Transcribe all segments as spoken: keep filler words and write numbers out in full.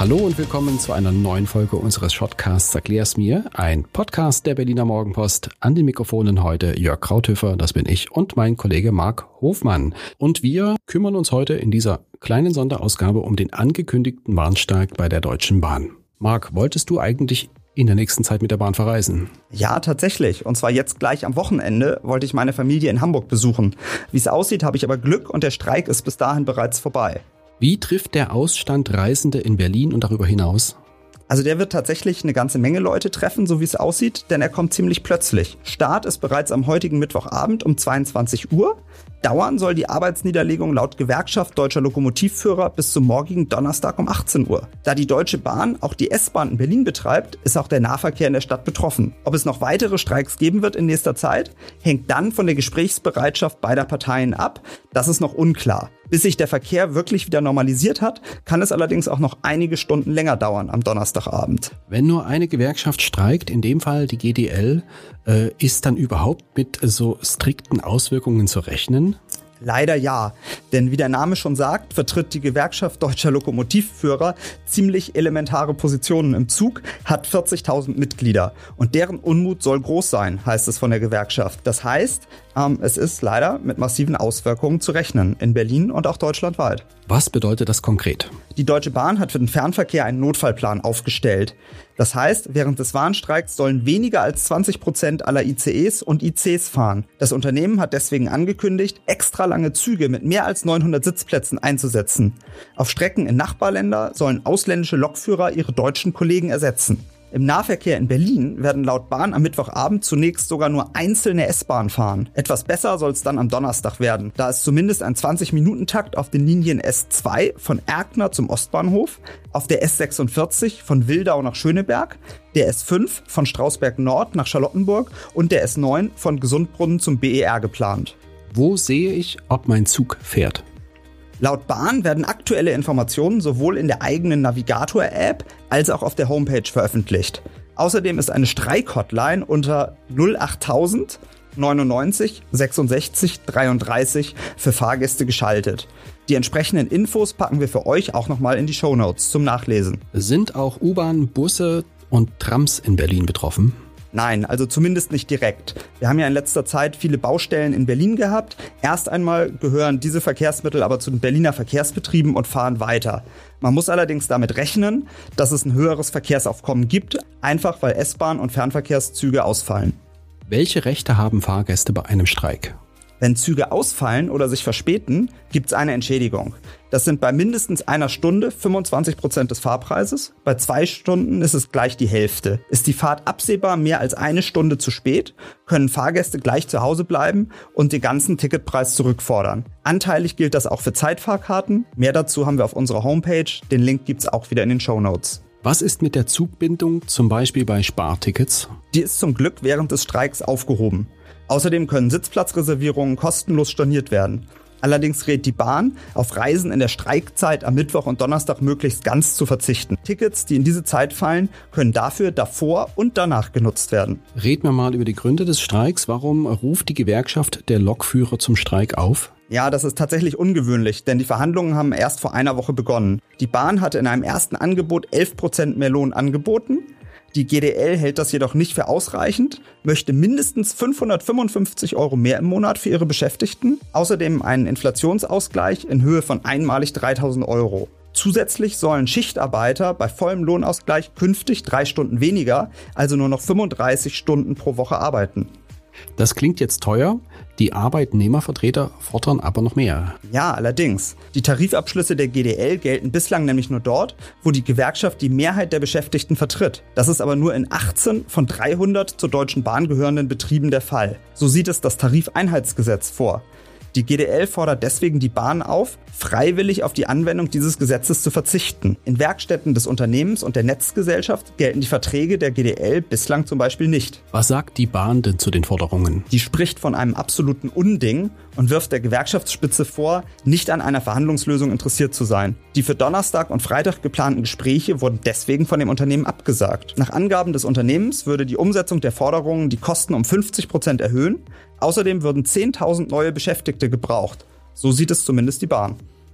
Hallo und willkommen zu einer neuen Folge unseres Shortcasts Erklär's mir, ein Podcast der Berliner Morgenpost. An den Mikrofonen heute Jörg Krauthöfer, das bin ich, und mein Kollege Marc Hofmann. Und wir kümmern uns heute in dieser kleinen Sonderausgabe um den angekündigten Warnstreik bei der Deutschen Bahn. Marc, wolltest du eigentlich in der nächsten Zeit mit der Bahn verreisen? Ja, tatsächlich. Und zwar jetzt gleich am Wochenende wollte ich meine Familie in Hamburg besuchen. Wie es aussieht, habe ich aber Glück und der Streik ist bis dahin bereits vorbei. Wie trifft der Ausstand Reisende in Berlin und darüber hinaus? Also der wird tatsächlich eine ganze Menge Leute treffen, so wie es aussieht, denn er kommt ziemlich plötzlich. Start ist bereits am heutigen Mittwochabend um zweiundzwanzig Uhr. Dauern soll die Arbeitsniederlegung laut Gewerkschaft Deutscher Lokomotivführer bis zum morgigen Donnerstag um achtzehn Uhr. Da die Deutsche Bahn auch die S-Bahn in Berlin betreibt, ist auch der Nahverkehr in der Stadt betroffen. Ob es noch weitere Streiks geben wird in nächster Zeit, hängt dann von der Gesprächsbereitschaft beider Parteien ab. Das ist noch unklar. Bis sich der Verkehr wirklich wieder normalisiert hat, kann es allerdings auch noch einige Stunden länger dauern am Donnerstagabend. Wenn nur eine Gewerkschaft streikt, in dem Fall die G D L, äh, ist dann überhaupt mit so strikten Auswirkungen zu rechnen? Leider ja, denn wie der Name schon sagt, vertritt die Gewerkschaft Deutscher Lokomotivführer ziemlich elementare Positionen im Zug, hat vierzigtausend Mitglieder und deren Unmut soll groß sein, heißt es von der Gewerkschaft. Das heißt, ähm, es ist leider mit massiven Auswirkungen zu rechnen, in Berlin und auch deutschlandweit. Was bedeutet das konkret? Die Deutsche Bahn hat für den Fernverkehr einen Notfallplan aufgestellt. Das heißt, während des Warnstreiks sollen weniger als zwanzig Prozent aller I C Es und I Cs fahren. Das Unternehmen hat deswegen angekündigt, extra lange Züge mit mehr als neunhundert Sitzplätzen einzusetzen. Auf Strecken in Nachbarländer sollen ausländische Lokführer ihre deutschen Kollegen ersetzen. Im Nahverkehr in Berlin werden laut Bahn am Mittwochabend zunächst sogar nur einzelne S-Bahn fahren. Etwas besser soll es dann am Donnerstag werden, da es zumindest ein zwanzig-Minuten-Takt auf den Linien S zwei von Erkner zum Ostbahnhof, auf der S sechsundvierzig von Wildau nach Schöneberg, der S fünf von Strausberg Nord nach Charlottenburg und der S neun von Gesundbrunnen zum B E R geplant. Wo sehe ich, ob mein Zug fährt? Laut Bahn werden aktuelle Informationen sowohl in der eigenen Navigator-App als auch auf der Homepage veröffentlicht. Außerdem ist eine Streik-Hotline unter null achttausend neunundneunzig sechsundsechzig dreiunddreißig für Fahrgäste geschaltet. Die entsprechenden Infos packen wir für euch auch nochmal in die Shownotes zum Nachlesen. Sind auch U-Bahn, Busse und Trams in Berlin betroffen? Nein, also zumindest nicht direkt. Wir haben ja in letzter Zeit viele Baustellen in Berlin gehabt. Erst einmal gehören diese Verkehrsmittel aber zu den Berliner Verkehrsbetrieben und fahren weiter. Man muss allerdings damit rechnen, dass es ein höheres Verkehrsaufkommen gibt, einfach weil S-Bahn und Fernverkehrszüge ausfallen. Welche Rechte haben Fahrgäste bei einem Streik? Wenn Züge ausfallen oder sich verspäten, gibt es eine Entschädigung. Das sind bei mindestens einer Stunde fünfundzwanzig Prozent des Fahrpreises. Bei zwei Stunden ist es gleich die Hälfte. Ist die Fahrt absehbar mehr als eine Stunde zu spät, können Fahrgäste gleich zu Hause bleiben und den ganzen Ticketpreis zurückfordern. Anteilig gilt das auch für Zeitfahrkarten. Mehr dazu haben wir auf unserer Homepage. Den Link gibt's auch wieder in den Shownotes. Was ist mit der Zugbindung, zum Beispiel bei Spartickets? Die ist zum Glück während des Streiks aufgehoben. Außerdem können Sitzplatzreservierungen kostenlos storniert werden. Allerdings rät die Bahn, auf Reisen in der Streikzeit am Mittwoch und Donnerstag möglichst ganz zu verzichten. Tickets, die in diese Zeit fallen, können dafür davor und danach genutzt werden. Reden wir mal über die Gründe des Streiks. Warum ruft die Gewerkschaft der Lokführer zum Streik auf? Ja, das ist tatsächlich ungewöhnlich, denn die Verhandlungen haben erst vor einer Woche begonnen. Die Bahn hatte in einem ersten Angebot elf Prozent mehr Lohn angeboten. Die G D L hält das jedoch nicht für ausreichend, möchte mindestens fünfhundertfünfundfünfzig Euro mehr im Monat für ihre Beschäftigten, außerdem einen Inflationsausgleich in Höhe von einmalig dreitausend Euro. Zusätzlich sollen Schichtarbeiter bei vollem Lohnausgleich künftig drei Stunden weniger, also nur noch fünfunddreißig Stunden pro Woche arbeiten. Das klingt jetzt teuer, die Arbeitnehmervertreter fordern aber noch mehr. Ja, allerdings. Die Tarifabschlüsse der G D L gelten bislang nämlich nur dort, wo die Gewerkschaft die Mehrheit der Beschäftigten vertritt. Das ist aber nur in achtzehn von dreihundert zur Deutschen Bahn gehörenden Betrieben der Fall. So sieht es das Tarifeinheitsgesetz vor. Die G D L fordert deswegen die Bahn auf, freiwillig auf die Anwendung dieses Gesetzes zu verzichten. In Werkstätten des Unternehmens und der Netzgesellschaft gelten die Verträge der G D L bislang zum Beispiel nicht. Was sagt die Bahn denn zu den Forderungen? Die spricht von einem absoluten Unding und wirft der Gewerkschaftsspitze vor, nicht an einer Verhandlungslösung interessiert zu sein. Die für Donnerstag und Freitag geplanten Gespräche wurden deswegen von dem Unternehmen abgesagt. Nach Angaben des Unternehmens würde die Umsetzung der Forderungen die Kosten um fünfzig Prozent erhöhen. Außerdem würden zehntausend neue Beschäftigte gebraucht. So sieht es zumindest die Bahn.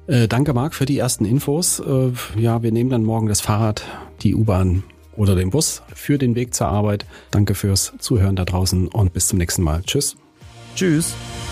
Äh, danke, Marc, für die ersten Infos. Äh, ja, wir nehmen dann morgen das Fahrrad, die U-Bahn oder den Bus für den Weg zur Arbeit. Danke fürs Zuhören da draußen und bis zum nächsten Mal. Tschüss. Tschüss.